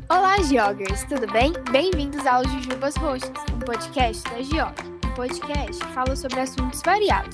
Olá, Geogers, tudo bem? Bem-vindos ao Jujubas Roxas, um podcast da Geog. Um podcast que fala sobre assuntos variados.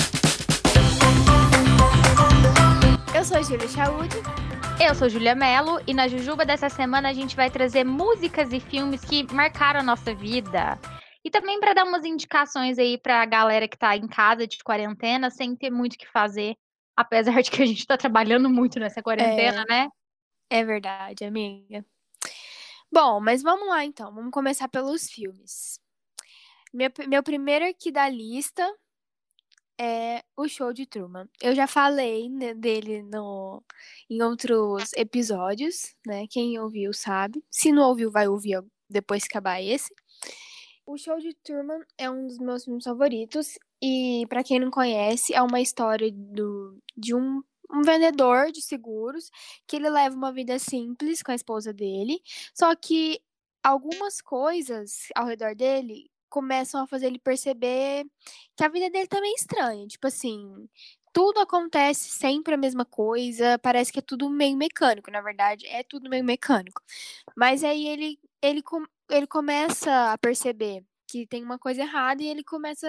Eu sou a Júlia Chaude. Eu sou Júlia Mello e na Jujuba dessa semana a gente vai trazer músicas e filmes que marcaram a nossa vida. E também para dar umas indicações aí para a galera que tá em casa de quarentena sem ter muito o que fazer. Apesar de que a gente tá trabalhando muito nessa quarentena, né? É verdade, amiga. Bom, mas vamos lá então. Vamos começar pelos filmes. Meu primeiro aqui da lista é O Show de Truman. Eu já falei, né, dele em outros episódios, né? Quem ouviu sabe. Se não ouviu, vai ouvir depois que acabar esse. O Show de Truman é um dos meus filmes favoritos e, pra quem não conhece, é uma história de um vendedor de seguros que ele leva uma vida simples com a esposa dele, só que algumas coisas ao redor dele começam a fazer ele perceber que a vida dele também é estranha. Tipo assim, tudo acontece sempre a mesma coisa, parece que é tudo meio mecânico. Na verdade, é tudo meio mecânico. Mas aí ele começa a perceber que tem uma coisa errada e ele começa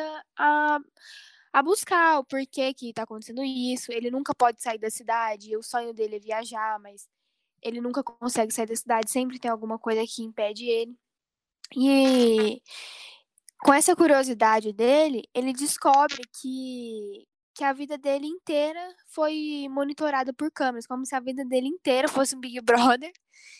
a buscar o porquê que tá acontecendo isso. Ele nunca pode sair da cidade, o sonho dele é viajar, mas ele nunca consegue sair da cidade, sempre tem alguma coisa que impede ele. E com essa curiosidade dele, ele descobre que a vida dele inteira foi monitorada por câmeras, como se a vida dele inteira fosse um Big Brother.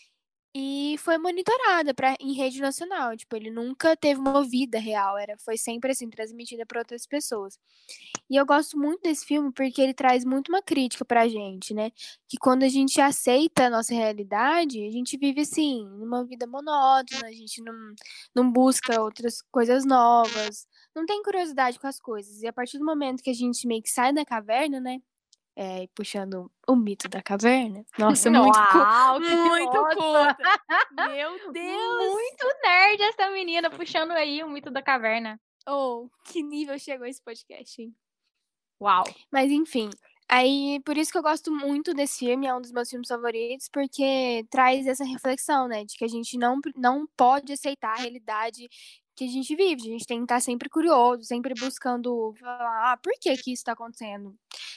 E foi monitorada em rede nacional. Tipo, ele nunca teve uma vida real. Foi sempre assim, transmitida para outras pessoas. E eu gosto muito desse filme porque ele traz muito uma crítica pra gente, né? Que quando a gente aceita a nossa realidade, a gente vive assim, numa vida monótona, a gente não busca outras coisas novas, não tem curiosidade com as coisas. E a partir do momento que a gente meio que sai da caverna, né? Puxando o mito da caverna. Nossa, Uau, muito culta. Meu Deus! Muito nerd essa menina puxando aí o mito da caverna. Oh, que nível chegou esse podcast, hein? Uau. Mas enfim, aí por isso que eu gosto muito desse filme, é um dos meus filmes favoritos, porque traz essa reflexão, né, de que a gente não pode aceitar a realidade que a gente vive, a gente tem que estar sempre curioso, sempre buscando falar, por que que isso tá acontecendo?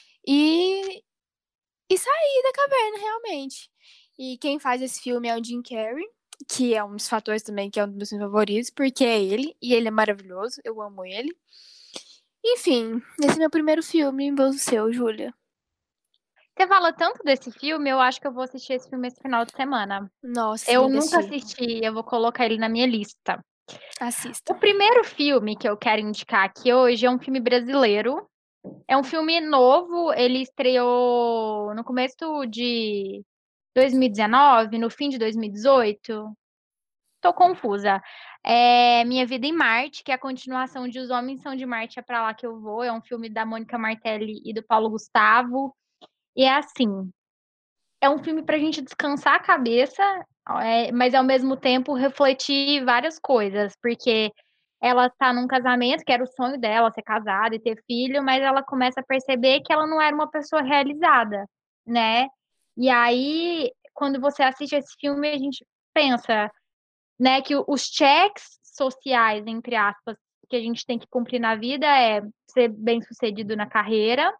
E, e sair da caverna, realmente. E quem faz esse filme é o Jim Carrey, que é um dos fatores também que é um dos meus filmes favoritos, porque é ele, e ele é maravilhoso, eu amo ele. Enfim, esse é meu primeiro filme, o seu, Júlia. Você fala tanto desse filme, eu acho que eu vou assistir esse filme esse final de semana. Nossa, você Eu tem que nunca assistir. assisti, eu vou colocar ele na minha lista. O Assista. primeiro filme que eu quero indicar aqui hoje é um filme brasileiro. É um filme novo, ele estreou no começo de 2019, no fim de 2018. Tô confusa. É Minha Vida em Marte, que é a continuação de Os Homens São de Marte, é pra lá que eu vou. É um filme da Mônica Martelli e do Paulo Gustavo. E é assim, é um filme pra gente descansar a cabeça, mas ao mesmo tempo refletir várias coisas, porque ela tá num casamento, que era o sonho dela, ser casada e ter filho, mas ela começa a perceber que ela não era uma pessoa realizada, né? E aí, quando você assiste esse filme, a gente pensa, né, que os checks sociais, entre aspas, que a gente tem que cumprir na vida é ser bem-sucedido na carreira,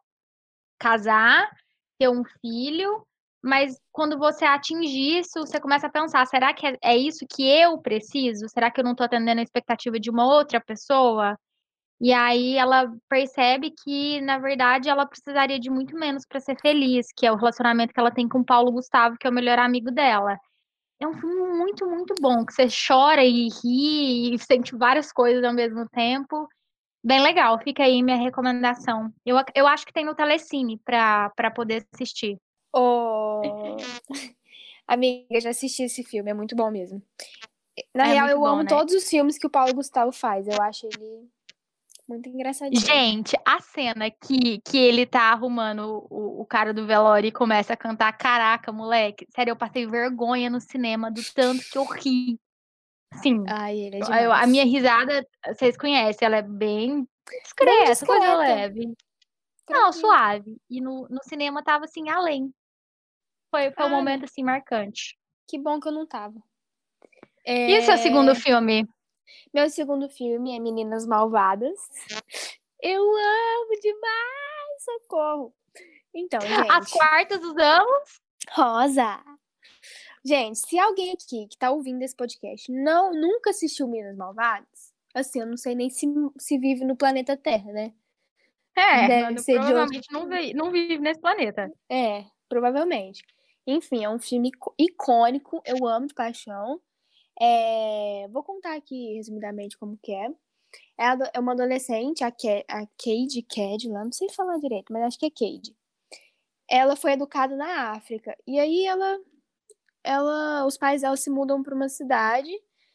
casar, ter um filho, mas quando você atinge isso, você começa a pensar, será que é isso que eu preciso? Será que eu não estou atendendo a expectativa de uma outra pessoa? E aí ela percebe que, na verdade, ela precisaria de muito menos para ser feliz, que é o relacionamento que ela tem com o Paulo Gustavo, que é o melhor amigo dela. É um filme muito, muito bom, que você chora e ri e sente várias coisas ao mesmo tempo. Bem legal, fica aí minha recomendação. Eu acho que tem no Telecine para poder assistir. Oh, amiga, já assisti esse filme, é muito bom mesmo. Na É real, muito eu bom, amo né? todos os filmes que o Paulo Gustavo faz. Eu acho ele muito engraçadinho. Gente, a cena que ele tá arrumando o cara do velório e começa a cantar, caraca, moleque, sério, eu passei vergonha no cinema do tanto que eu ri. Sim, Ai, ele é a minha demais. risada, vocês conhecem, ela é bem Bem discreta, coisa discreta, leve. Não, tranquilo. suave. E no cinema tava assim, além. Foi um Ah, momento assim marcante. que bom que eu não tava. E o seu segundo É, filme? Meu segundo filme é Meninas Malvadas. Eu amo demais, socorro. Então, As gente, quartas dos anos? Rosa. Gente, se alguém aqui que tá ouvindo esse podcast nunca assistiu Meninas Malvadas, assim, eu não sei nem se vive no planeta Terra, né? Deve ser de outro. Provavelmente não vive nesse planeta. É, provavelmente. Enfim, é um filme icônico, eu amo de paixão. Vou contar aqui resumidamente como que é. É uma adolescente, a Cade, lá, não sei falar direito, mas acho que é Cade. Ela foi educada na África. E aí os pais dela se mudam para uma cidade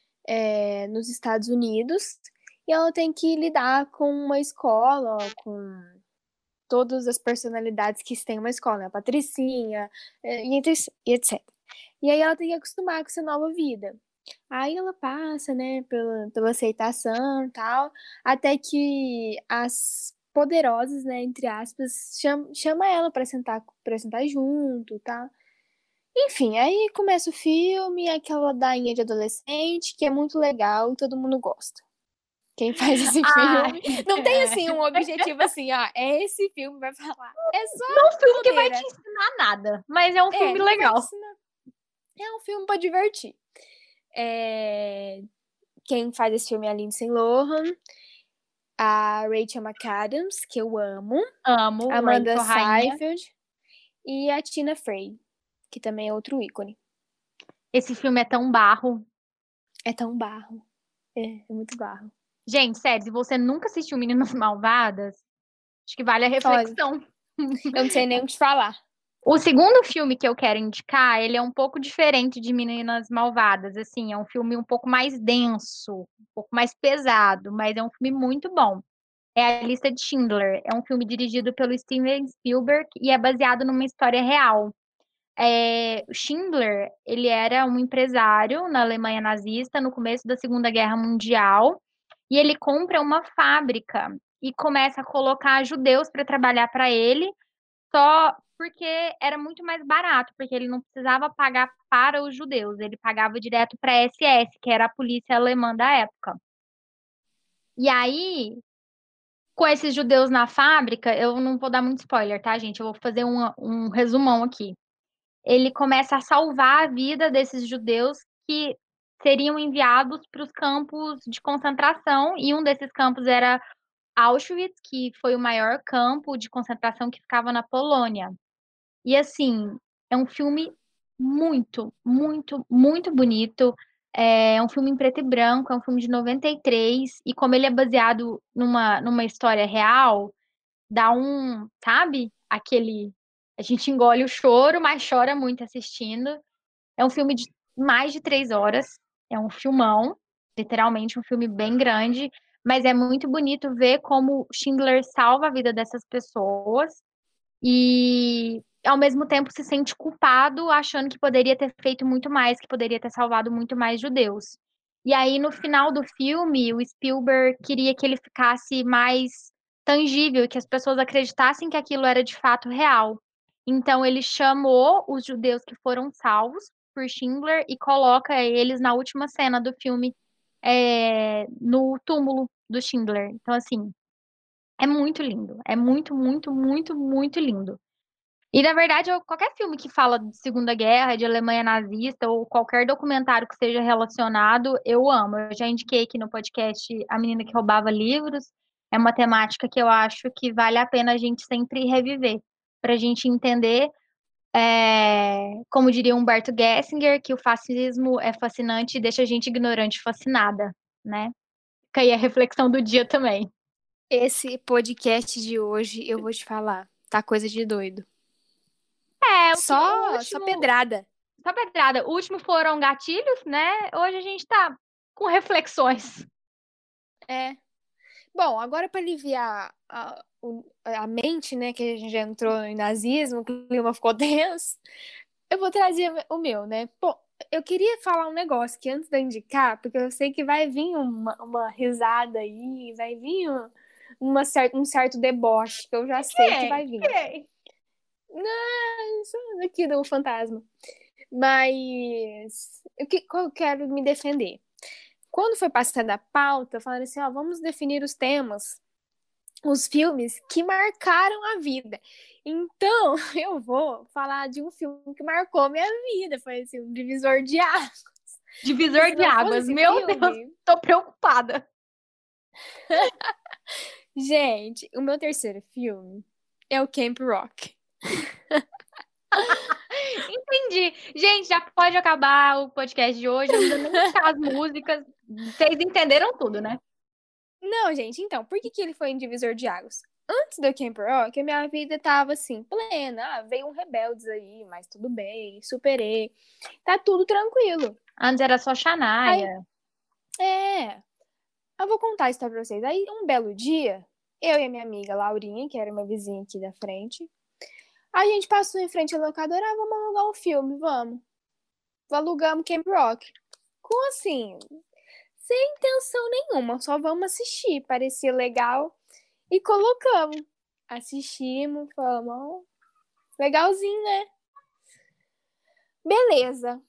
nos Estados Unidos. E ela tem que lidar com uma escola, com todas as personalidades que tem uma escola, né? A Patricinha, e etc. E aí ela tem que acostumar com essa nova vida. Aí ela passa, né, pela aceitação e tal, até que as poderosas, né, entre aspas, chama ela pra sentar junto, tá? Enfim, aí começa o filme, aquela ladainha de adolescente, que é muito legal e todo mundo gosta. Quem faz esse Ah, filme não tem assim um objetivo assim, é esse filme vai falar. É só não é um filme que vai te doideira. ensinar nada, mas é um filme Não vai te legal. ensinar. É um filme pra divertir. É, Quem faz esse filme é a Lindsay Lohan, a Rachel McAdams, que eu amo, Amo Amanda Rachel Rainha. Seyfried e a Tina Fey, que também é outro ícone. Esse filme é tão barro. É tão barro. É muito barro. Gente, sério, se você nunca assistiu Meninas Malvadas, acho que vale a Olha, reflexão. eu não sei nem o que te falar. O segundo filme que eu quero indicar, ele é um pouco diferente de Meninas Malvadas, assim, é um filme um pouco mais denso, um pouco mais pesado, mas é um filme muito bom. É A Lista de Schindler. É um filme dirigido pelo Steven Spielberg e é baseado numa história real. O Schindler, ele era um empresário na Alemanha nazista no começo da Segunda Guerra Mundial e ele compra uma fábrica e começa a colocar judeus para trabalhar para ele, só porque era muito mais barato, porque ele não precisava pagar para os judeus, ele pagava direto para a SS, que era a polícia alemã da época. E aí, com esses judeus na fábrica, eu não vou dar muito spoiler, tá, gente? Eu vou fazer um resumão aqui. Ele começa a salvar a vida desses judeus que seriam enviados para os campos de concentração, e um desses campos era Auschwitz, que foi o maior campo de concentração que ficava na Polônia. E assim, é um filme muito, muito, muito bonito. É um filme em preto e branco, é um filme de 93, e como ele é baseado numa história real, dá sabe? Aquele. A gente engole o choro, mas chora muito assistindo. É um filme de mais de 3 horas. É um filmão, literalmente um filme bem grande. Mas é muito bonito ver como Schindler salva a vida dessas pessoas e, ao mesmo tempo, se sente culpado, achando que poderia ter feito muito mais, que poderia ter salvado muito mais judeus. E aí, no final do filme, o Spielberg queria que ele ficasse mais tangível, que as pessoas acreditassem que aquilo era de fato real. Então, ele chamou os judeus que foram salvos por Schindler e coloca eles na última cena do filme, no túmulo do Schindler. Então, assim, é muito lindo. É muito, muito, muito, muito lindo. E, na verdade, qualquer filme que fala de Segunda Guerra, de Alemanha nazista, ou qualquer documentário que seja relacionado, eu amo. Eu já indiquei aqui no podcast A Menina que Roubava Livros. É uma temática que eu acho que vale a pena a gente sempre reviver, para a gente entender, como diria Humberto Gessinger, que o fascismo é fascinante e deixa a gente ignorante e fascinada, né? Fica aí a reflexão do dia também. Esse podcast de hoje, eu vou te falar, tá coisa de doido. O Só último, pedrada. só pedrada. O último foram gatilhos, né? Hoje a gente tá com reflexões. É. Bom, agora para aliviar a mente, né, que a gente já entrou em nazismo, o clima ficou tenso, eu vou trazer o meu, né? Bom, eu queria falar um negócio que antes de eu indicar, porque eu sei que vai vir uma risada aí, vai vir um certo deboche, que eu já sei que vai vir. Quem? Não, isso aqui do fantasma. Mas qual eu quero me defender? Quando foi passando a pauta, falaram assim, ó, vamos definir os temas, os filmes que marcaram a vida. Então, eu vou falar de um filme que marcou a minha vida, foi assim, um divisor de águas. Que Divisor se de não fosse águas. esse Meu Deus, filme, tô preocupada. gente, o meu terceiro filme é o Camp Rock. Entendi. Gente, já pode acabar o podcast de hoje. Eu ainda nem sei as músicas. Vocês entenderam tudo, né? Não, gente, então, por que que ele foi um divisor de águas? Antes do Camp Rock, a minha vida tava assim, plena. Ah, veio um Rebeldes aí, mas tudo bem, superei. Tá tudo tranquilo. Antes era só Aí, Xanaia. é, eu vou contar a história pra vocês. Aí, um belo dia, eu e a minha amiga Laurinha, que era uma vizinha aqui da frente, a gente passou em frente à locadora, ah, vamos alugar um filme, vamos. Alugamos Camp Rock. Com assim, sem intenção nenhuma, só vamos assistir. Parecia legal e colocamos. Assistimos, falamos, ó, legalzinho, né? Beleza.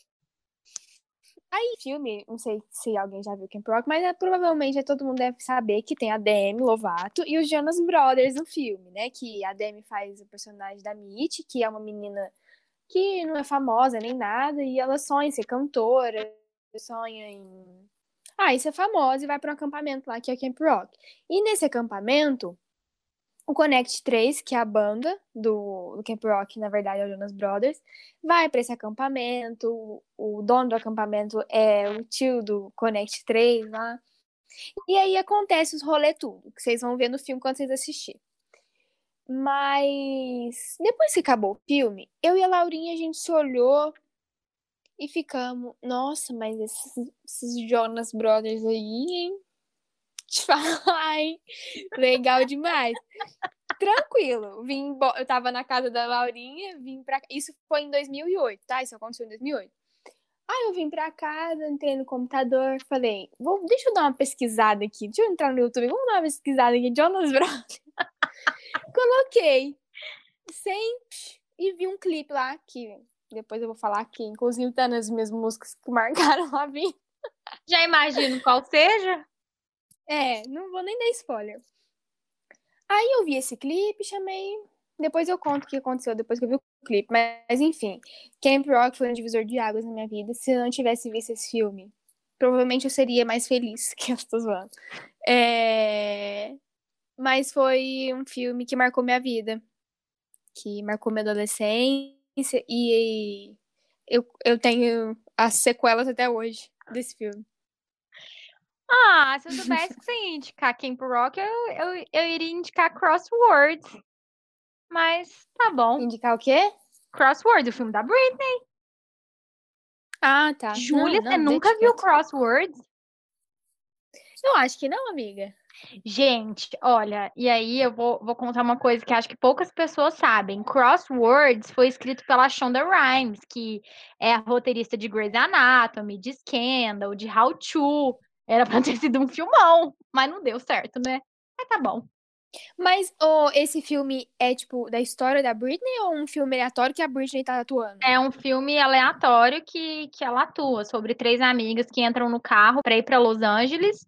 Aí, filme, não sei se alguém já viu Camp Rock, mas provavelmente todo mundo deve saber que tem a Demi Lovato e os Jonas Brothers no filme, né? Que a Demi faz o personagem da Mitty, que é uma menina que não é famosa nem nada, e ela sonha em ser cantora, sonha em. Ah, em ser famosa e vai para um acampamento lá que é Camp Rock. E nesse acampamento, o Connect 3, que é a banda do Camp Rock, na verdade é o Jonas Brothers, vai para esse acampamento. O dono do acampamento é o tio do Connect 3 lá. E aí acontece os rolê tudo, que vocês vão ver no filme quando vocês assistirem. Mas depois que acabou o filme, eu e a Laurinha a gente se olhou e ficamos, nossa, mas esses Jonas Brothers aí, hein? Te falar, hein? Legal demais. Tranquilo. Eu tava na casa da Laurinha, vim pra. Isso foi em 2008, tá? Isso aconteceu em 2008. Aí eu vim pra casa, entrei no computador, falei, deixa eu dar uma pesquisada aqui, deixa eu entrar no YouTube, vamos dar uma pesquisada aqui, Jonas Brothers. Coloquei, sempre, e vi um clipe lá, que depois eu vou falar que, inclusive, tá nas minhas músicas que marcaram a vida. Já imagino qual seja. É, não vou nem dar spoiler. Aí eu vi esse clipe, chamei. Depois eu conto o que aconteceu depois que eu vi o clipe. Mas enfim, Camp Rock foi um divisor de águas na minha vida. Se eu não tivesse visto esse filme, provavelmente eu seria mais feliz que eu estou zoando. Mas foi um filme que marcou minha vida, que marcou minha adolescência e eu tenho as sequelas até hoje desse filme. Ah, se eu soubesse que você ia indicar Camp Rock, eu iria indicar Crosswords. Mas tá bom. Indicar o quê? Crosswords, o filme da Britney. Ah, tá. Júlia, você Não, nunca deixa viu quieto. Crosswords? Eu acho que não, amiga. Gente, olha, e aí eu vou contar uma coisa que acho que poucas pessoas sabem. Crosswords foi escrito pela Shonda Rhimes, que é a roteirista de Grey's Anatomy, de Scandal, de How To. Era pra ter sido um filmão, mas não deu certo, né? Mas tá bom. Mas esse filme é, tipo, da história da Britney ou um filme aleatório que a Britney tá atuando? É um filme aleatório que ela atua sobre três amigas que entram no carro pra ir pra Los Angeles.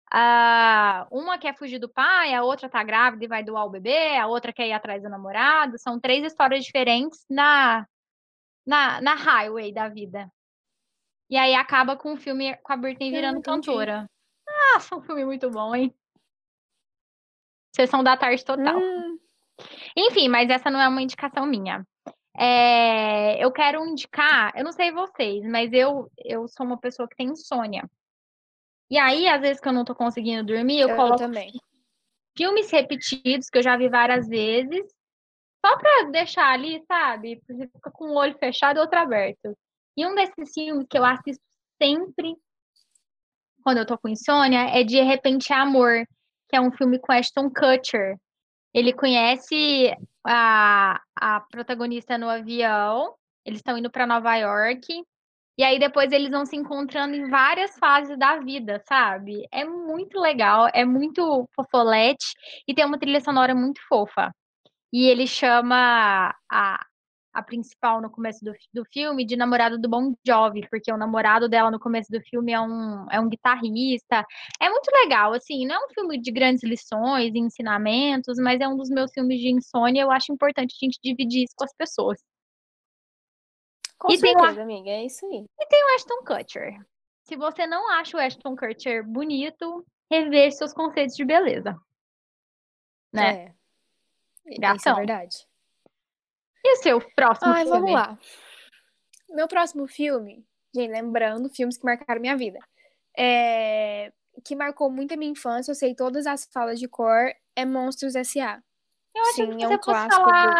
Uma quer fugir do pai, a outra tá grávida e vai doar o bebê, a outra quer ir atrás do namorado. São três histórias diferentes na highway da vida. E aí acaba com o filme com a Britney Ah, virando entendi. cantora. Nossa, um filme muito bom, hein? Sessão da tarde total. Hum, Enfim, mas essa não é uma indicação minha. Eu quero indicar, eu não sei vocês, mas eu sou uma pessoa que tem insônia. E aí, às vezes que eu não tô conseguindo dormir, eu eu coloco também. filmes repetidos que eu já vi várias vezes, só pra deixar ali, sabe? Você fica com o olho fechado e outro aberto. E um desses filmes que eu assisto sempre quando eu tô com insônia é De Repente é Amor, que é um filme com Ashton Kutcher. Ele conhece a protagonista no avião, eles estão indo para Nova York, e aí depois eles vão se encontrando em várias fases da vida, sabe? É muito legal, é muito fofolete e tem uma trilha sonora muito fofa. E ele chama a principal no começo do filme de namorado do Bon Jovi, porque o namorado dela no começo do filme é um guitarrista. É muito legal, assim, não é um filme de grandes lições e ensinamentos, mas é um dos meus filmes de insônia. Eu acho importante a gente dividir isso com as pessoas. Com E tem o, certeza, amiga, é isso aí. tem o Ashton Kutcher. Se você não acha o Ashton Kutcher bonito, rever seus conceitos de beleza, né? É, isso é Gatão. verdade. E o seu próximo Ai, vamos filme? lá. Meu próximo filme, gente, lembrando filmes que marcaram minha vida, é... que marcou muito a minha infância, eu sei todas as falas de cor, é Monstros S.A. Eu achei que Sim, é um você fosse clássico do falar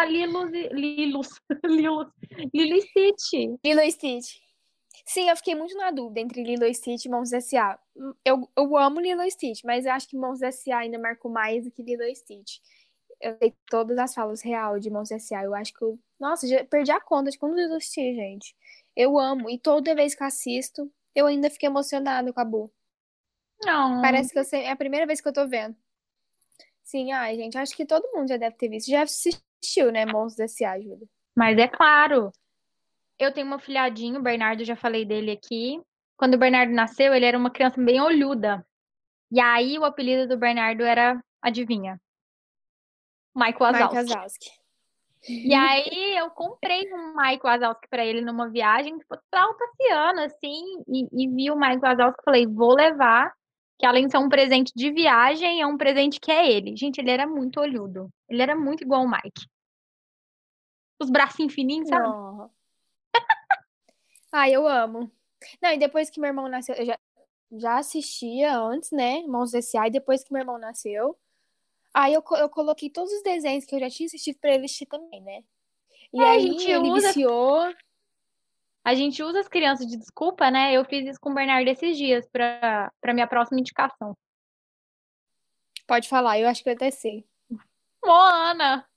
Lilo e Stitch. Lilo e Stitch. Sim, eu fiquei muito na dúvida entre Lilo e Stitch e Monstros S.A. Eu amo Lilo e Stitch, mas eu acho que Monstros S.A. ainda marcou mais do que Lilo e Stitch. Eu sei todas as falas real de Monstros S.A. Eu acho que eu... Nossa, já perdi a conta de quando eu assisti, gente. Eu amo. E toda vez que eu assisto, eu ainda fico emocionada com a Bu. Não, Parece que é a primeira vez que eu tô vendo. Sim, ai, gente, acho que todo mundo já deve ter visto. Já assistiu, né, Monstros S.A., Júlia? mas é claro. Eu tenho um afilhadinho, o Bernardo, já falei dele aqui. Quando o Bernardo nasceu, ele era uma criança bem olhuda. E aí o apelido do Bernardo era, adivinha? Mike Mike Wazowski. Wazowski. E aí eu comprei um Mike Wazowski pra ele numa viagem, tipo, passeando, assim, e vi o Mike Wazowski e falei, vou levar, que além de ser um presente de viagem, é um presente que é ele. Gente, ele era muito olhudo. Ele era muito igual o Mike. Os bracinhos fininhos, sabe? Não. Ai, eu amo. Não, e depois que meu irmão nasceu, já assistia antes, né, Monstros S.A., e depois que meu irmão nasceu, aí eu coloquei todos os desenhos que eu já tinha assistido pra ele assistir também, né? E É, aí ele viciou. a gente usa as crianças de desculpa, né? Eu fiz isso com o Bernardo esses dias pra minha próxima indicação. Pode falar, eu acho que eu até sei. Moana!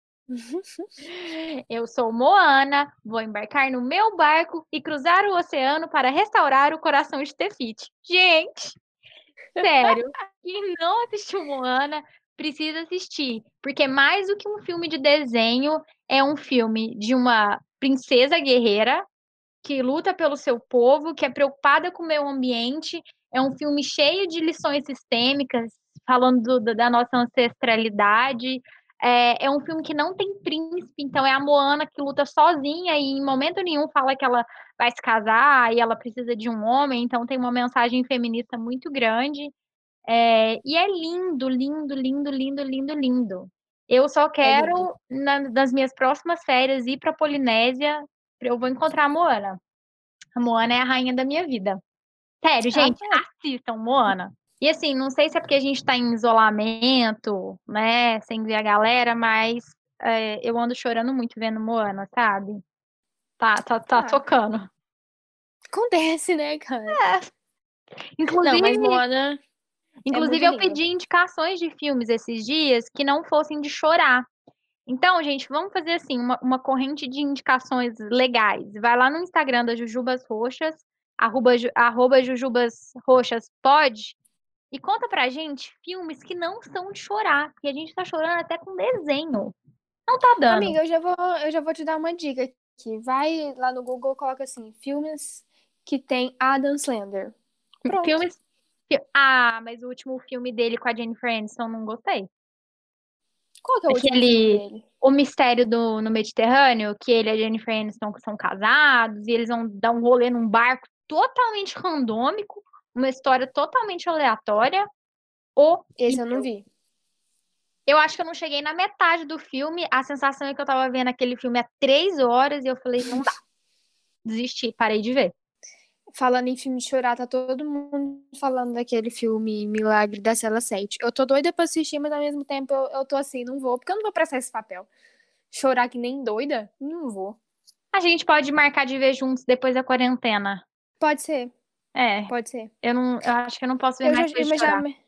Eu sou Moana, vou embarcar no meu barco e cruzar o oceano para restaurar o coração de Tefiti. Gente, sério, quem não assistiu Moana precisa assistir, porque mais do que um filme de desenho, é um filme de uma princesa guerreira que luta pelo seu povo, que é preocupada com o meio ambiente. É um filme cheio de lições sistêmicas, falando da nossa ancestralidade. É um filme que não tem príncipe, então é a Moana que luta sozinha e em momento nenhum fala que ela vai se casar e ela precisa de um homem, então tem uma mensagem feminista muito grande. E é lindo, lindo, lindo, lindo, lindo, lindo. Eu só É lindo. quero, nas minhas próximas férias, ir para Polinésia. Eu vou encontrar a Moana. A Moana é a rainha da minha vida. Sério, Ah, gente, assistam Moana. E assim, não sei se é porque a gente tá em isolamento, né, sem ver a galera, mas eu ando chorando muito vendo Moana, sabe? Tá ah, tocando. acontece, né, cara? Não, mas Inclusive, Moana é inclusive, muito eu lindo. pedi indicações de filmes esses dias que não fossem de chorar. Então, gente, vamos fazer assim, uma corrente de indicações legais. Vai lá no Instagram da Jujubas Roxas, arroba Jujubas Roxas pode, e conta pra gente filmes que não são de chorar, porque a gente tá chorando até com desenho. Não tá dando. Amiga, eu já vou te dar uma dica aqui. Vai lá no Google, coloca assim, filmes que tem Adam Sandler. Pronto. Filmes. Mas o último filme dele com a Jennifer Aniston não gostei. Qual que é o último filme Aquele dele? O Mistério no Mediterrâneo, que ele e a Jennifer Aniston são casados, e eles vão dar um rolê num barco totalmente randômico, uma história totalmente aleatória. Esse eu não Horrível. vi. Eu acho que eu não cheguei na metade do filme. A sensação é que eu tava vendo aquele filme há 3 horas e eu falei, não dá. Desisti, parei de ver. Falando em filme de chorar, tá todo mundo falando daquele filme Milagre da Cela 7. Eu tô doida pra assistir, mas ao mesmo tempo eu tô assim, não vou, porque eu não vou prestar esse papel. Chorar que nem doida? Não vou. A gente pode marcar de ver juntos depois da quarentena. Pode ser, É, pode ser. eu acho que eu não posso ver Eu já, mais coisa de eu já, chorar. me-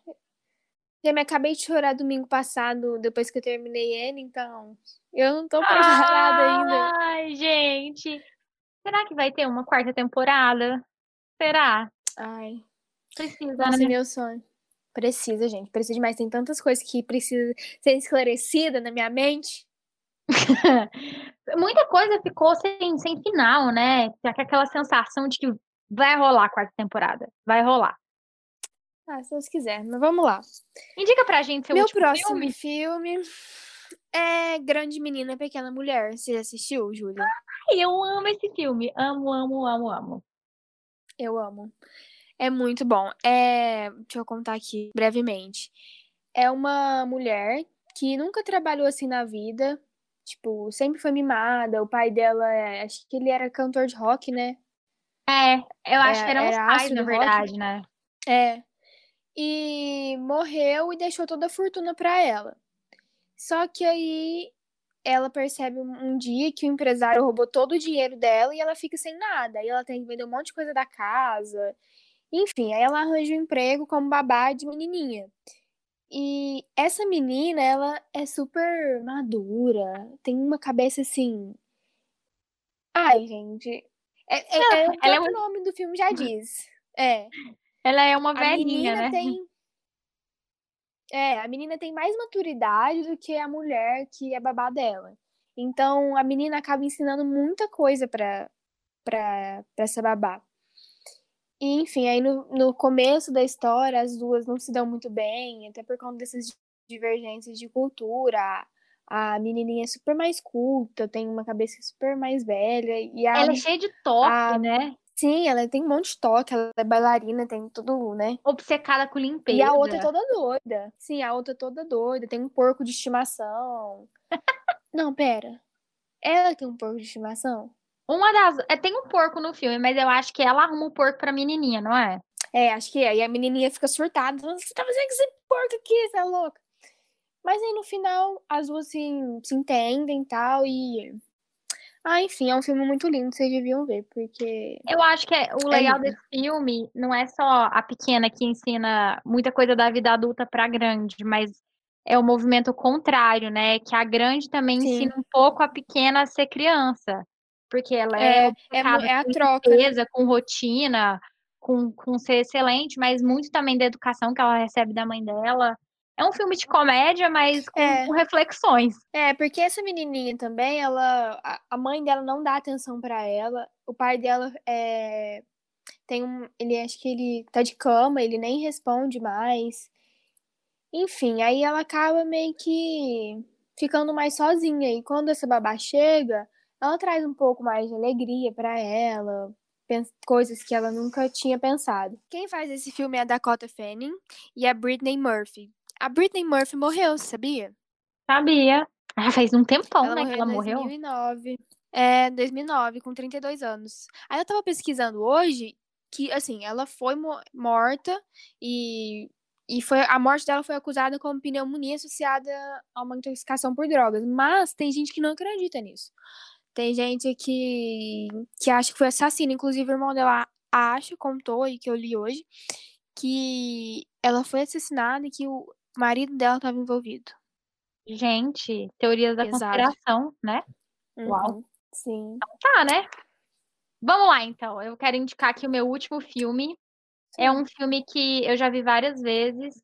já me acabei de chorar domingo passado, depois que eu terminei ele, então eu não tô preparada ainda. Ai, gente. Será que vai ter uma quarta temporada? Será? Ai, Precisa, nossa, né? meu sonho. Precisa, gente, precisa demais. Tem tantas coisas que precisam ser esclarecidas na minha mente. Muita coisa ficou sem final, né? Tá com aquela sensação de que vai rolar a quarta temporada. Vai rolar. Ah, se Deus quiser, mas vamos lá. Indica pra gente seu Meu último próximo filme. filme é Grande Menina, Pequena Mulher. Você já assistiu, Júlia? Ai, eu amo esse filme. Amo, amo, amo, amo. Eu amo. É muito bom. Deixa eu contar aqui brevemente. É uma mulher que nunca trabalhou assim na vida. Tipo, sempre foi mimada. O pai dela, acho que ele era cantor de rock, né? É, eu acho que eram os Era pais, astro na do rock. verdade, né? É. E morreu e deixou toda a fortuna pra ela. Só que aí ela percebe um dia que o empresário roubou todo o dinheiro dela e ela fica sem nada. Aí ela tem que vender um monte de coisa da casa. Enfim, aí ela arranja um emprego como babá de menininha. E essa menina, ela é super madura, tem uma cabeça assim. Ai, gente. O Ela é, próprio nome do filme já diz. É. ela é uma A velhinha, menina né? tem. A menina tem mais maturidade do que a mulher que é babá dela. Então, a menina acaba ensinando muita coisa pra essa babá. E, enfim, aí no começo da história, as duas não se dão muito bem, até por conta dessas divergências de cultura. A menininha é super mais culta, tem uma cabeça super mais velha, e Ela é cheia de toque, a né? sim, ela tem um monte de toque, ela é bailarina, tem tudo, né? Obcecada com E a outra é limpeza. toda doida. Sim, a outra é toda doida, tem um porco de estimação. Não, pera. Ela tem um porco de estimação? Uma das. Tem um porco no filme, mas eu acho que ela arruma o porco pra menininha, não é? Acho que é. E a menininha fica surtada. Você tá fazendo com esse porco aqui, você é louca? Mas aí no final as duas se entendem e tal. E. Ah, enfim, é um filme muito lindo, vocês deviam ver, porque Eu acho que o é legal lindo. desse filme não é só a pequena que ensina muita coisa da vida adulta pra grande, mas é o movimento contrário, né? Que a grande também ensina Sim. um pouco a pequena a ser criança, porque ela é obcecada É a com troca, né? limpeza, com rotina, com ser excelente, mas muito também da educação que ela recebe da mãe dela. É um filme de comédia, mas com É. reflexões. Porque essa menininha também, a mãe dela não dá atenção pra ela. O pai dela tem ele acho que ele tá de cama, ele nem responde mais. Enfim, aí ela acaba meio que ficando mais sozinha. E quando essa babá chega, ela traz um pouco mais de alegria pra ela, coisas que ela nunca tinha pensado. Quem faz esse filme é a Dakota Fanning e a Brittany Murphy. A Brittany Murphy morreu, sabia? Sabia? Ah, faz um tempão, Ela né, que morreu em ela morreu. 2009. 2009, com 32 anos. Aí eu tava pesquisando hoje que, assim, ela foi morta e, a morte dela foi acusada como pneumonia associada a uma intoxicação por drogas. Mas tem gente que não acredita nisso. Tem gente que acha que foi assassina. Inclusive, o irmão dela acha, contou e que eu li hoje, que ela foi assassinada e que o marido dela estava envolvido. Gente, teorias da Pesado. conspiração, né? Uau. Uhum. Sim. Tá, né? Vamos lá, então. Eu quero indicar aqui o meu último filme. Isso É aí. um filme que eu já vi várias vezes,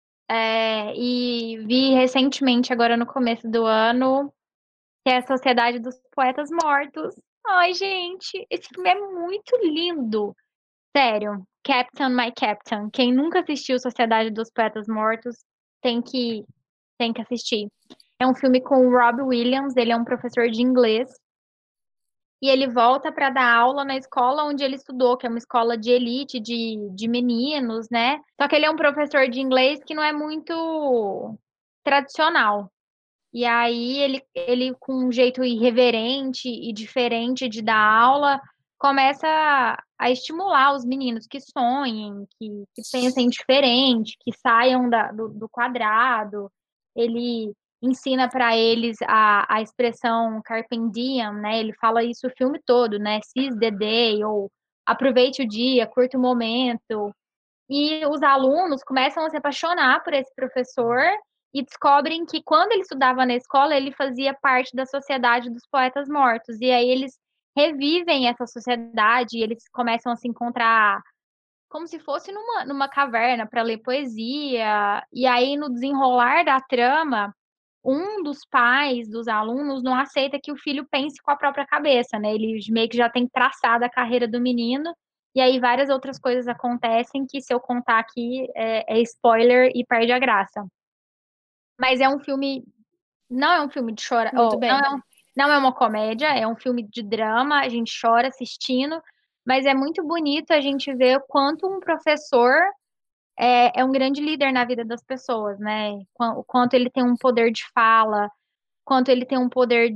e vi recentemente, agora no começo do ano, que é a Sociedade dos Poetas Mortos. Ai, gente, esse filme é muito lindo. Sério, Captain, My Captain. Quem nunca assistiu Sociedade dos Poetas Mortos tem que, tem que assistir. É um filme com o Robbie Williams, ele é um professor de inglês. E ele volta para dar aula na escola onde ele estudou, que é uma escola de elite, de meninos, né? Só que ele é um professor de inglês que não é muito tradicional. E aí ele com um jeito irreverente e diferente de dar aula, começa a estimular os meninos que sonhem, que pensem diferente, que saiam do quadrado. Ele ensina para eles a expressão carpe diem, né? Ele fala isso o filme todo, né? Seize the day, ou aproveite o dia, curta o momento. E os alunos começam a se apaixonar por esse professor e descobrem que quando ele estudava na escola, ele fazia parte da Sociedade dos Poetas Mortos. E aí eles revivem essa sociedade e eles começam a se encontrar como se fosse numa caverna para ler poesia. E aí, no desenrolar da trama, um dos pais dos alunos não aceita que o filho pense com a própria cabeça, né? Ele meio que já tem traçado a carreira do menino, e aí várias outras coisas acontecem que se eu contar aqui é spoiler e perde a graça. Mas é um filme, não é um filme de chorar, Muito bem. não é uma comédia, é um filme de drama, a gente chora assistindo, mas é muito bonito a gente ver o quanto um professor é um grande líder na vida das pessoas, né? O quanto ele tem um poder de fala, quanto ele tem um poder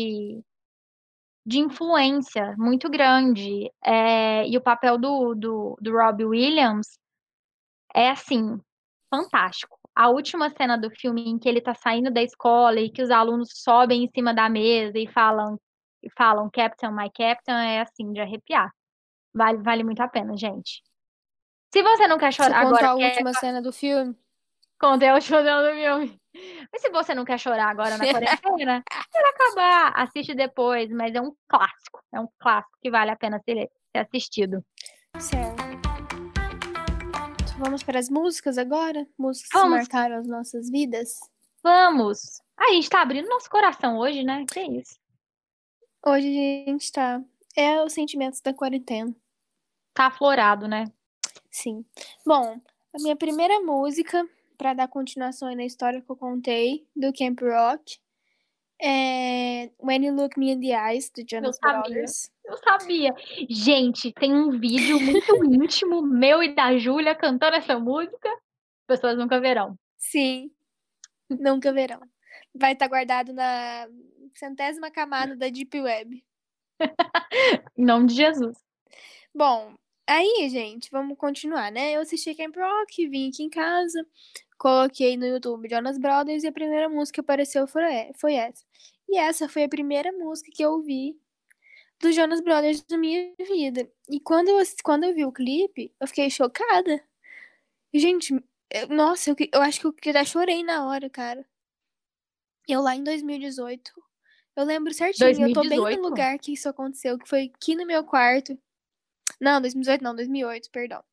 de influência muito grande. E o papel do Robbie Williams é, assim, fantástico. A última cena do filme em que ele tá saindo da escola e que os alunos sobem em cima da mesa e falam Captain, my Captain, é assim, de arrepiar. Vale muito a pena, gente. Se você não quer Você chorar contou agora, a última cena do filme? contei o show do filme. Mas se você não quer chorar agora na quarentena, vai acabar, assiste depois, mas é um clássico. É um clássico que vale a pena ser assistido. Certo. Vamos para as músicas agora? Músicas que Vamos, marcaram as nossas vidas. vamos. A gente tá abrindo nosso coração hoje, né? Que isso? Hoje a gente tá. É os sentimentos da quarentena. Tá aflorado, né? Sim. Bom, a minha primeira música, para dar continuação aí na história que eu contei, do Camp Rock, é When You Look Me in the Eyes, do Eu Jonas sabia. Brothers. Eu sabia. Gente, tem um vídeo muito íntimo meu e da Júlia cantando essa música. As pessoas nunca verão. Sim, nunca verão. Vai estar guardado na centésima camada da Deep Web. Em nome de Jesus. Bom, aí, gente, vamos continuar, né? Eu assisti Camp Rock, vim aqui em casa, coloquei no YouTube Jonas Brothers e a primeira música que apareceu foi essa. E essa foi a primeira música que eu ouvi dos Jonas Brothers na minha vida. E quando eu vi o clipe, eu fiquei chocada. Gente, nossa, eu acho que eu até chorei na hora, cara. Eu lá em 2018. Eu lembro certinho, eu tô bem no 2018? lugar que isso aconteceu, que foi aqui no meu quarto. Não, 2018 não, 2008, perdão.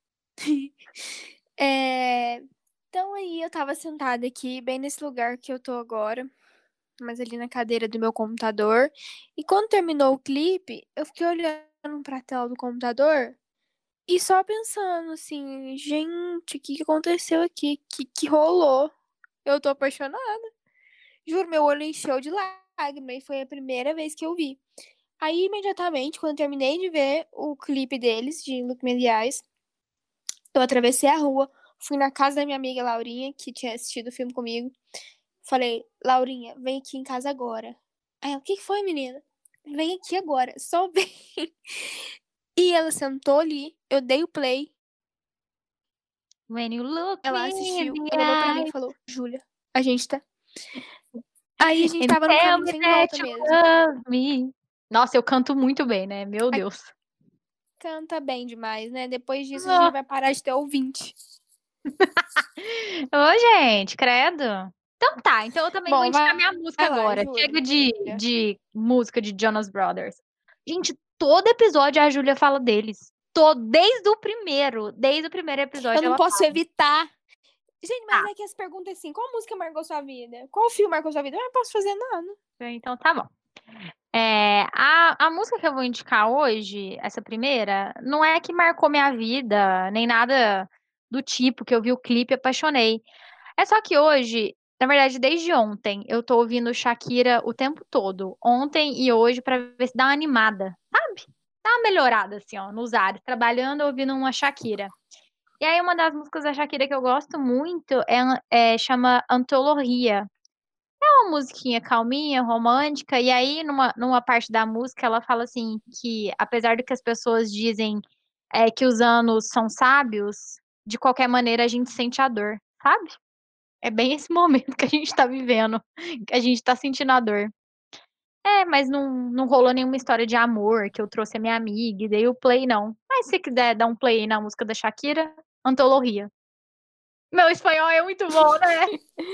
É, Então aí eu tava sentada aqui, bem nesse lugar que eu tô agora, mas ali na cadeira do meu computador. E quando terminou o clipe, eu fiquei olhando pra tela do computador e só pensando assim, gente, o que que aconteceu aqui? O que rolou? Eu tô apaixonada. Juro, meu olho encheu de lágrima e foi a primeira vez que eu vi. Aí, imediatamente, quando eu terminei de ver o clipe deles, de Look Me in the Eyes, eu atravessei a rua, fui na casa da minha amiga Laurinha, que tinha assistido o filme comigo. Falei, Laurinha, vem aqui em casa agora. Aí ela, o que foi, menina? Vem aqui agora, só vem. E ela sentou ali, eu dei o play, When you look ela me in assistiu, the ela olhou pra mim e eye falou, Júlia, a gente tá. Aí a gente and tava num tell caminho me sem that volta you mesmo. love me. Nossa, eu canto muito bem, né? Meu Aí Deus. canta bem demais, né? Depois disso a gente Oh. vai parar de ter ouvinte. Ô, gente, credo. Então tá, então eu também vou Bom, indicar vai minha música vai lá, agora. Chega de, Júlia. de música de Jonas Brothers. Gente, todo episódio a Júlia fala deles. Desde o primeiro Eu episódio não ela posso fala. evitar. Gente, mas Ah, é que as perguntas assim, qual música marcou sua vida? Qual filme marcou sua vida? Eu não posso fazer nada. então tá bom. A música que eu vou indicar hoje, essa primeira, não é que marcou minha vida, nem nada do tipo, que eu vi o clipe e apaixonei. É só que hoje, na verdade, desde ontem, eu tô ouvindo Shakira o tempo todo. Ontem e hoje, pra ver se dá uma animada, sabe? Dá uma melhorada, assim, ó, nos ares, trabalhando, ouvindo uma Shakira. E aí, uma das músicas da Shakira que eu gosto muito chama Antologia. É uma musiquinha calminha, romântica, e aí, numa parte da música, ela fala assim, que apesar do que as pessoas dizem que os anos são sábios, de qualquer maneira a gente sente a dor, sabe? É bem esse momento que a gente tá vivendo, que a gente tá sentindo a dor. Mas não rolou nenhuma história de amor que eu trouxe a minha amiga e dei o play, não. Mas se quiser dar um play aí na música da Shakira, Antologia. Meu espanhol é muito bom, né?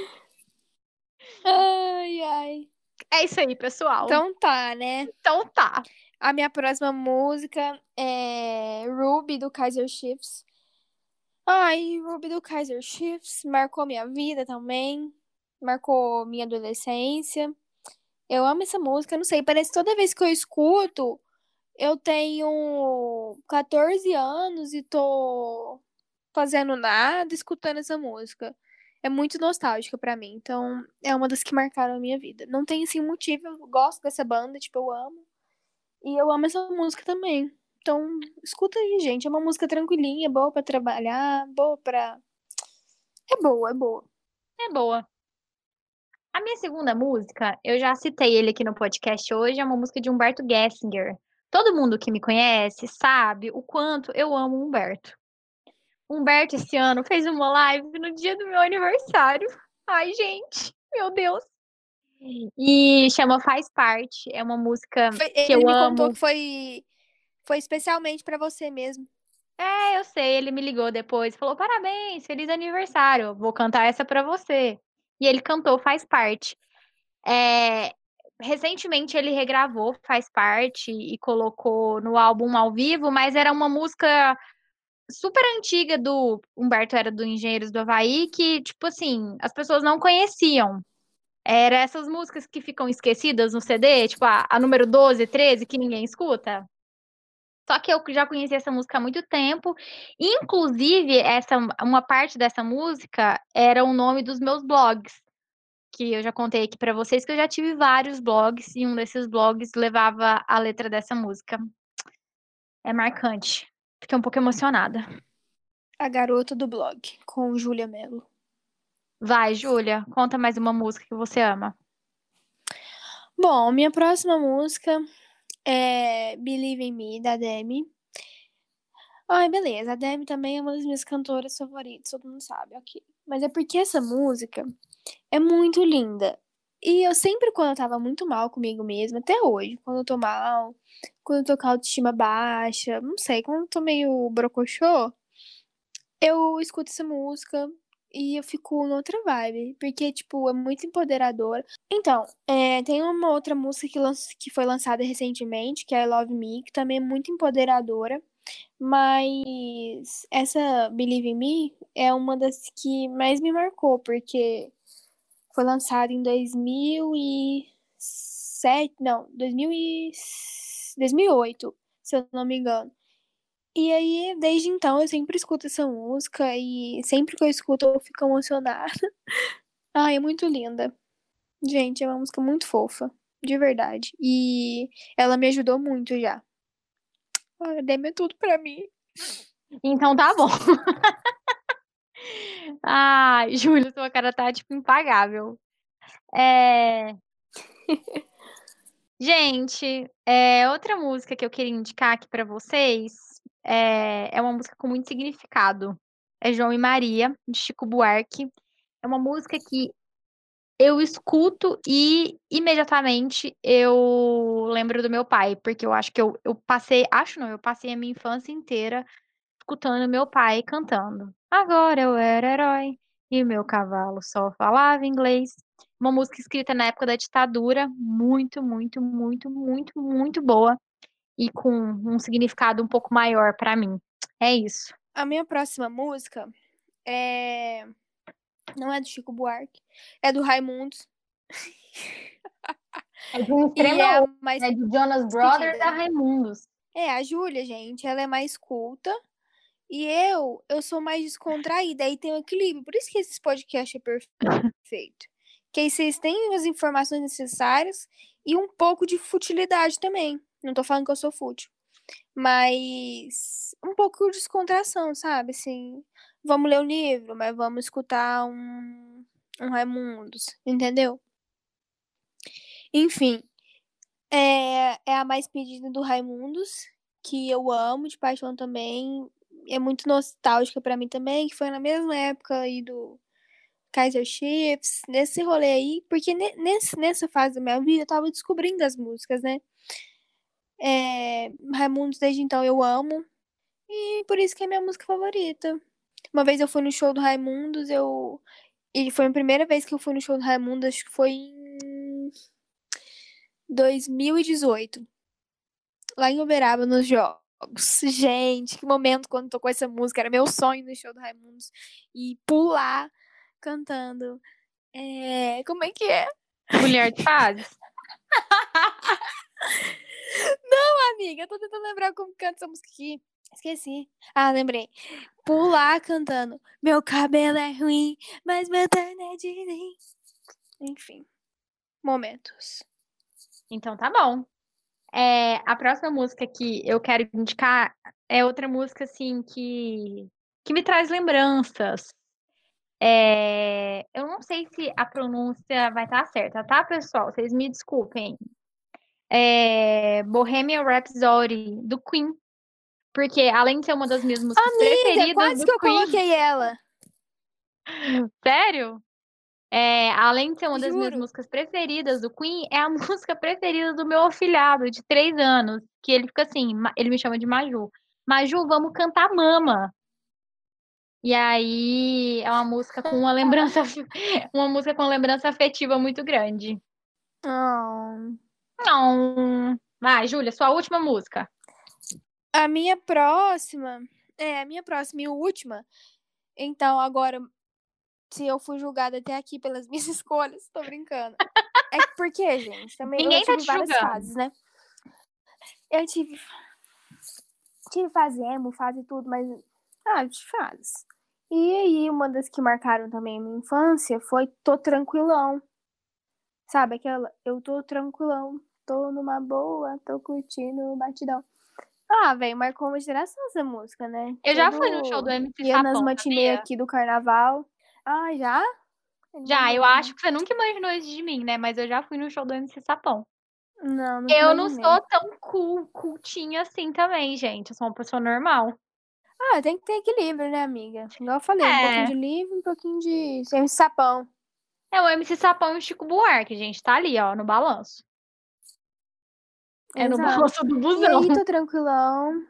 Ai, ai. É isso aí, pessoal. Então tá, né? Então tá. A minha próxima música é Ruby do Kaiser Chiefs. Ai, Ruby do Kaiser Chiefs marcou minha vida também. marcou minha adolescência. Eu amo essa música, não sei, parece que toda vez que eu escuto, eu tenho 14 anos e tô fazendo nada, escutando essa música. É muito nostálgica pra mim, então é uma das que marcaram a minha vida. Não tem assim motivo, eu gosto dessa banda, tipo, eu amo. E eu amo essa música também. Então, escuta aí, gente. É uma música tranquilinha, boa pra trabalhar, boa pra. É boa, é boa. É boa. A minha segunda música, eu já citei ele aqui no podcast hoje, é uma música de Humberto Gessinger. Todo mundo que me conhece sabe o quanto eu amo o Humberto. Humberto esse ano fez uma live no dia do meu aniversário. Ai, gente, meu Deus. E chama Faz Parte. É uma música que Ele eu me contou amo. que foi especialmente pra você mesmo. É, eu sei, ele me ligou depois, falou: "Parabéns, feliz aniversário. Vou cantar essa pra você". E ele cantou Faz Parte. É, recentemente ele regravou Faz Parte e colocou no álbum ao vivo, mas era uma música super antiga do Humberto, era do Engenheiros do Havaí, que, tipo assim, as pessoas não conheciam. Era essas músicas que ficam esquecidas no CD, tipo a número 12, 13, que ninguém escuta. Só que eu já conheci essa música há muito tempo. Inclusive, uma parte dessa música era o nome dos meus blogs, que eu já contei aqui pra vocês que eu já tive vários blogs e um desses blogs levava a letra dessa música. É marcante. Fiquei um pouco emocionada. A Garota do Blog, com Júlia Mello. Vai, Júlia, conta mais uma música que você ama. Bom, minha próxima música é Believe in Me, da Demi. Ai, beleza. A Demi também é uma das minhas cantoras favoritas, todo mundo sabe, ok. Mas é porque essa música é muito linda. E eu sempre, quando eu tava muito mal comigo mesma, até hoje, quando eu tô mal, quando eu tô com a autoestima baixa, não sei, quando eu tô meio brocochô, eu escuto essa música e eu fico noutra vibe. Porque, tipo, é muito empoderadora. Então, tem uma outra música que foi lançada recentemente, que é I Love Me, que também é muito empoderadora. Mas essa Believe in Me é uma das que mais me marcou, porque foi lançada em 2007, não, 2008, se eu não me engano. E aí, desde então, eu sempre escuto essa música e sempre que eu escuto eu fico emocionada. Ai, é muito linda. Gente, é uma música muito fofa, de verdade. E ela me ajudou muito já. Ai, a Demi é tudo pra mim. Então tá bom. Ai, Júlia, sua cara tá, tipo, impagável. É... Gente, outra música que eu queria indicar aqui pra vocês é uma música com muito significado. É João e Maria, de Chico Buarque. É uma música que eu escuto e imediatamente eu lembro do meu pai, porque eu acho que eu passei, acho não, eu passei a minha infância inteira escutando meu pai cantando. Agora eu era herói e meu cavalo só falava inglês. Uma música escrita na época da ditadura, muito, muito, muito, muito, muito boa e com um significado um pouco maior pra mim. É isso. A minha próxima música é. Não é do Chico Buarque, é do Raimundos. É de um E extremo é ao a outro, mais né? De Jonas Brothers a pedida. Raimundos. É, a Júlia, gente, ela é mais culta. E eu sou mais descontraída. Aí tem um equilíbrio. Por isso que esse podcast é perfeito. Que aí vocês têm as informações necessárias e um pouco de futilidade também. Não tô falando que eu sou fútil. Mas um pouco de descontração, sabe? Assim, vamos ler o livro, mas vamos escutar um Raimundos, entendeu? Enfim, é a mais pedida do Raimundos, que eu amo de paixão também. É muito nostálgica pra mim também, que foi na mesma época aí do Kaiser Chiefs, nesse rolê aí, porque nessa fase da minha vida eu tava descobrindo as músicas, né? Raimundos desde então eu amo, e por isso que é minha música favorita. Uma vez eu fui no show do Raimundos, e foi a primeira vez que eu fui no show do Raimundos, acho que foi em 2018. Lá em Uberaba, nos jogos. Gente, que momento quando tocou essa música. Era meu sonho no show do Raimundos. E pular cantando. Como é que é? Mulher de fases? Não, amiga, eu tô tentando lembrar como canta essa música aqui. Esqueci. Ah, lembrei. Pular cantando. Meu cabelo é ruim, mas meu terno é de mim. Enfim, momentos. Então tá bom. A próxima música que eu quero indicar é outra música, assim, que me traz lembranças. Eu não sei se a pronúncia vai estar certa, tá, pessoal? Vocês me desculpem. Bohemian Rhapsody, do Queen. Porque, além de ser uma das minhas músicas Amiga, preferidas quase do que eu Queen, coloquei ela. sério? Além de ser uma das minhas Juro. músicas preferidas do Queen, é a música preferida do meu afilhado de 3 anos. Que ele fica assim, ele me chama de Maju. Maju, vamos cantar Mama. E aí é uma música com uma lembrança, uma música com lembrança afetiva muito grande. Oh. Não. Vai, Júlia, sua última música. A minha próxima. A minha próxima e última. Então, agora, se eu fui julgada até aqui pelas minhas escolhas, tô brincando. É porque, gente, também eu Ninguém tá tive te várias julgando. fases, né? Eu tive fase emo, fase tudo, mas. Ah, de fases. E aí, uma das que marcaram também a minha infância foi Tô Tranquilão. Sabe aquela? Eu tô tranquilão, tô numa boa, tô curtindo o batidão. Ah, velho, marcou uma geração essa música, né? Eu já fui no show do Todo. MC Ia nas Sapão, matinê sabia? aqui do carnaval. Ah, já? Eu não Já, eu imaginei, acho não. que você nunca imaginou isso de mim, né? Mas eu já fui no show do MC Sapão. Não, nunca Eu não imaginei. sou tão cultinha assim também, gente. Eu sou uma pessoa normal. Ah, tem que ter equilíbrio, né, amiga? Igual eu falei, um pouquinho É, de livro, um pouquinho de sem sapão. é o MC Sapão e o Chico Buarque, gente. Tá ali, ó, no balanço. É no Exato. balanço do E busão. aí, tô tranquilão.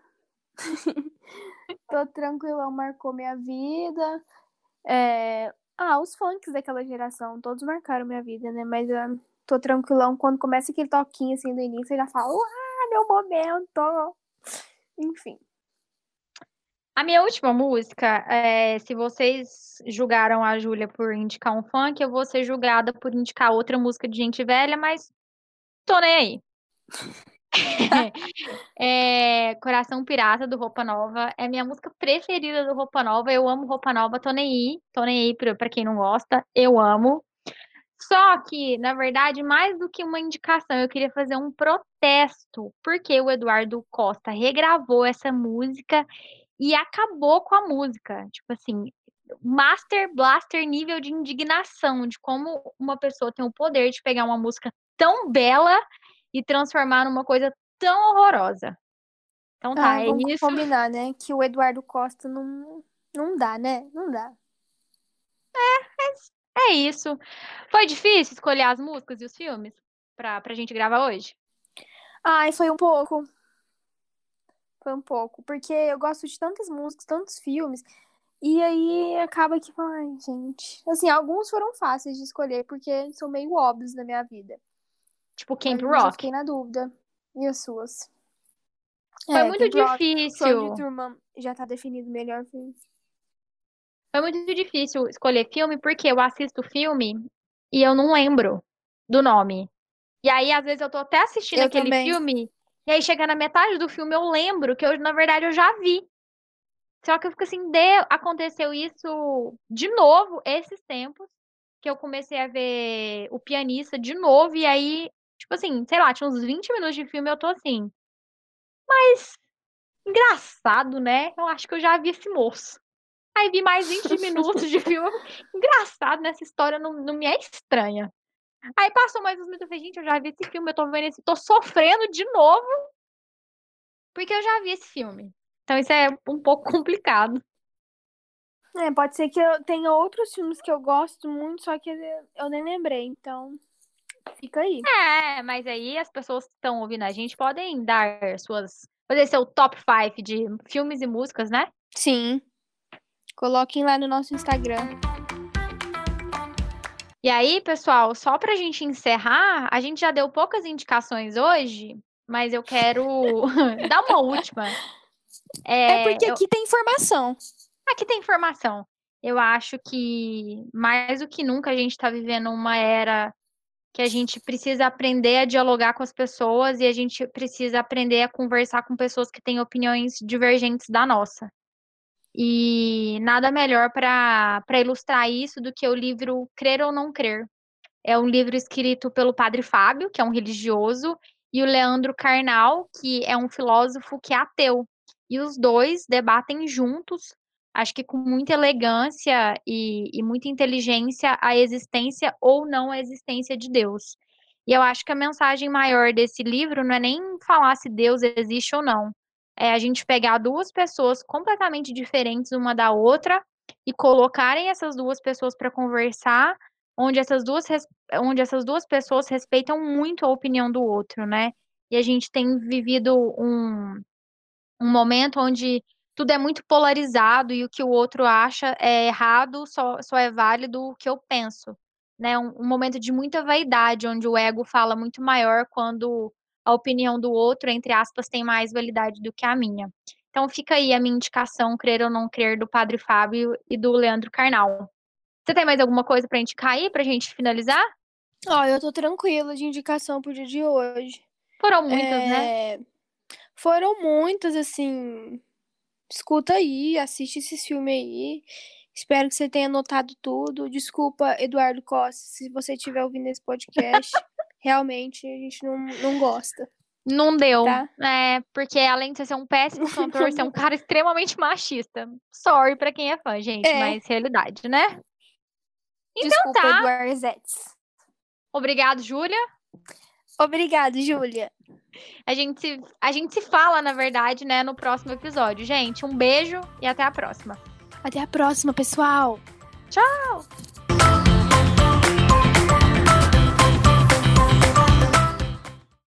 Tô tranquilão, marcou minha vida. Os funks daquela geração, todos marcaram minha vida, né? Mas tô tranquilão. Quando começa aquele toquinho assim do início, eu já falo, meu momento. Enfim. A minha última música, se vocês julgaram a Júlia por indicar um funk, eu vou ser julgada por indicar outra música de gente velha, mas tô nem aí. Coração Pirata, do Roupa Nova. É minha música preferida do Roupa Nova. Eu amo Roupa Nova, tô nem aí pra quem não gosta. Eu amo. Só que, na verdade, mais do que uma indicação, eu queria fazer um protesto, porque o Eduardo Costa regravou essa música e acabou com a música. Tipo assim, Master Blaster nível de indignação de como uma pessoa tem o poder de pegar uma música tão bela e transformar numa coisa tão horrorosa. Então Ah, tá, é vamos isso. combinar, né? Que o Eduardo Costa não dá, né? Não dá. É isso. Foi difícil escolher as músicas e os filmes pra gente gravar hoje? Ai, foi um pouco. Foi um pouco. Porque eu gosto de tantas músicas, tantos filmes. E aí acaba que, ai, gente. Assim, alguns foram fáceis de escolher, porque são meio óbvios na minha vida. Tipo Camp Alguns eu Rock. fiquei na dúvida. E as suas? Foi muito Camp Rock, Sonho de difícil. Turma já tá definido o melhor filme. Foi muito difícil escolher filme porque eu assisto filme e eu não lembro do nome. E aí, às vezes, eu tô até assistindo Eu aquele também. filme, e aí chega na metade do filme, eu lembro que eu, na verdade, eu já vi. Só que eu fico assim, aconteceu isso de novo esses tempos, que eu comecei a ver o pianista de novo, e aí, tipo assim, sei lá, tinha uns 20 minutos de filme, eu tô assim, mas engraçado, né? Eu acho que eu já vi esse moço. Aí vi mais 20 minutos de filme. Engraçado, nessa história não me é estranha. Aí passou mais uns minutos, eu falei, gente, eu já vi esse filme, eu tô vendo esse, tô sofrendo de novo, porque eu já vi esse filme. Então isso é um pouco complicado. Pode ser que eu tenha outros filmes que eu gosto muito, só que eu nem lembrei. Então, fica aí. Mas aí as pessoas que estão ouvindo a gente podem dar fazer seu top 5 de filmes e músicas, né? Sim. Coloquem lá no nosso Instagram. E aí, pessoal, só pra gente encerrar, a gente já deu poucas indicações hoje, mas eu quero dar uma última. É porque É, aqui tem informação. Aqui tem informação. Eu acho que mais do que nunca a gente está vivendo uma era que a gente precisa aprender a dialogar com as pessoas e a gente precisa aprender a conversar com pessoas que têm opiniões divergentes da nossa. E nada melhor para ilustrar isso do que o livro Crer ou Não Crer. É um livro escrito pelo Padre Fábio, que é um religioso, e o Leandro Carnal, que é um filósofo que é ateu. E os dois debatem juntos, acho que com muita elegância e muita inteligência, a existência ou não a existência de Deus. E eu acho que a mensagem maior desse livro não é nem falar se Deus existe ou não. É a gente pegar duas pessoas completamente diferentes uma da outra e colocarem essas duas pessoas para conversar, onde essas duas pessoas respeitam muito a opinião do outro, né? E a gente tem vivido um momento onde tudo é muito polarizado e o que o outro acha é errado, só é válido o que eu penso, né? Um momento de muita vaidade, onde o ego fala muito maior quando a opinião do outro, entre aspas, tem mais validade do que a minha. Então fica aí a minha indicação, Crer ou Não Crer, do Padre Fábio e do Leandro Carnal. Você tem mais alguma coisa pra indicar aí, pra gente finalizar? Ó, eu tô tranquila de indicação pro dia de hoje. Foram muitas, né? Foram muitas, assim. Escuta aí, assiste esses filmes aí. Espero que você tenha anotado tudo. Desculpa, Eduardo Costa, se você estiver ouvindo esse podcast. Realmente, a gente não gosta, Não deu. tá? Porque além de você ser um péssimo cantor, você é um cara extremamente machista. Sorry pra quem é fã, gente, É, mas realidade, né? Então desculpa, tá. Eduardo Zetz. Obrigado, Júlia. Obrigada, Júlia. A gente se fala, na verdade, né, no próximo episódio. Gente, um beijo e até a próxima. Até a próxima, pessoal. Tchau!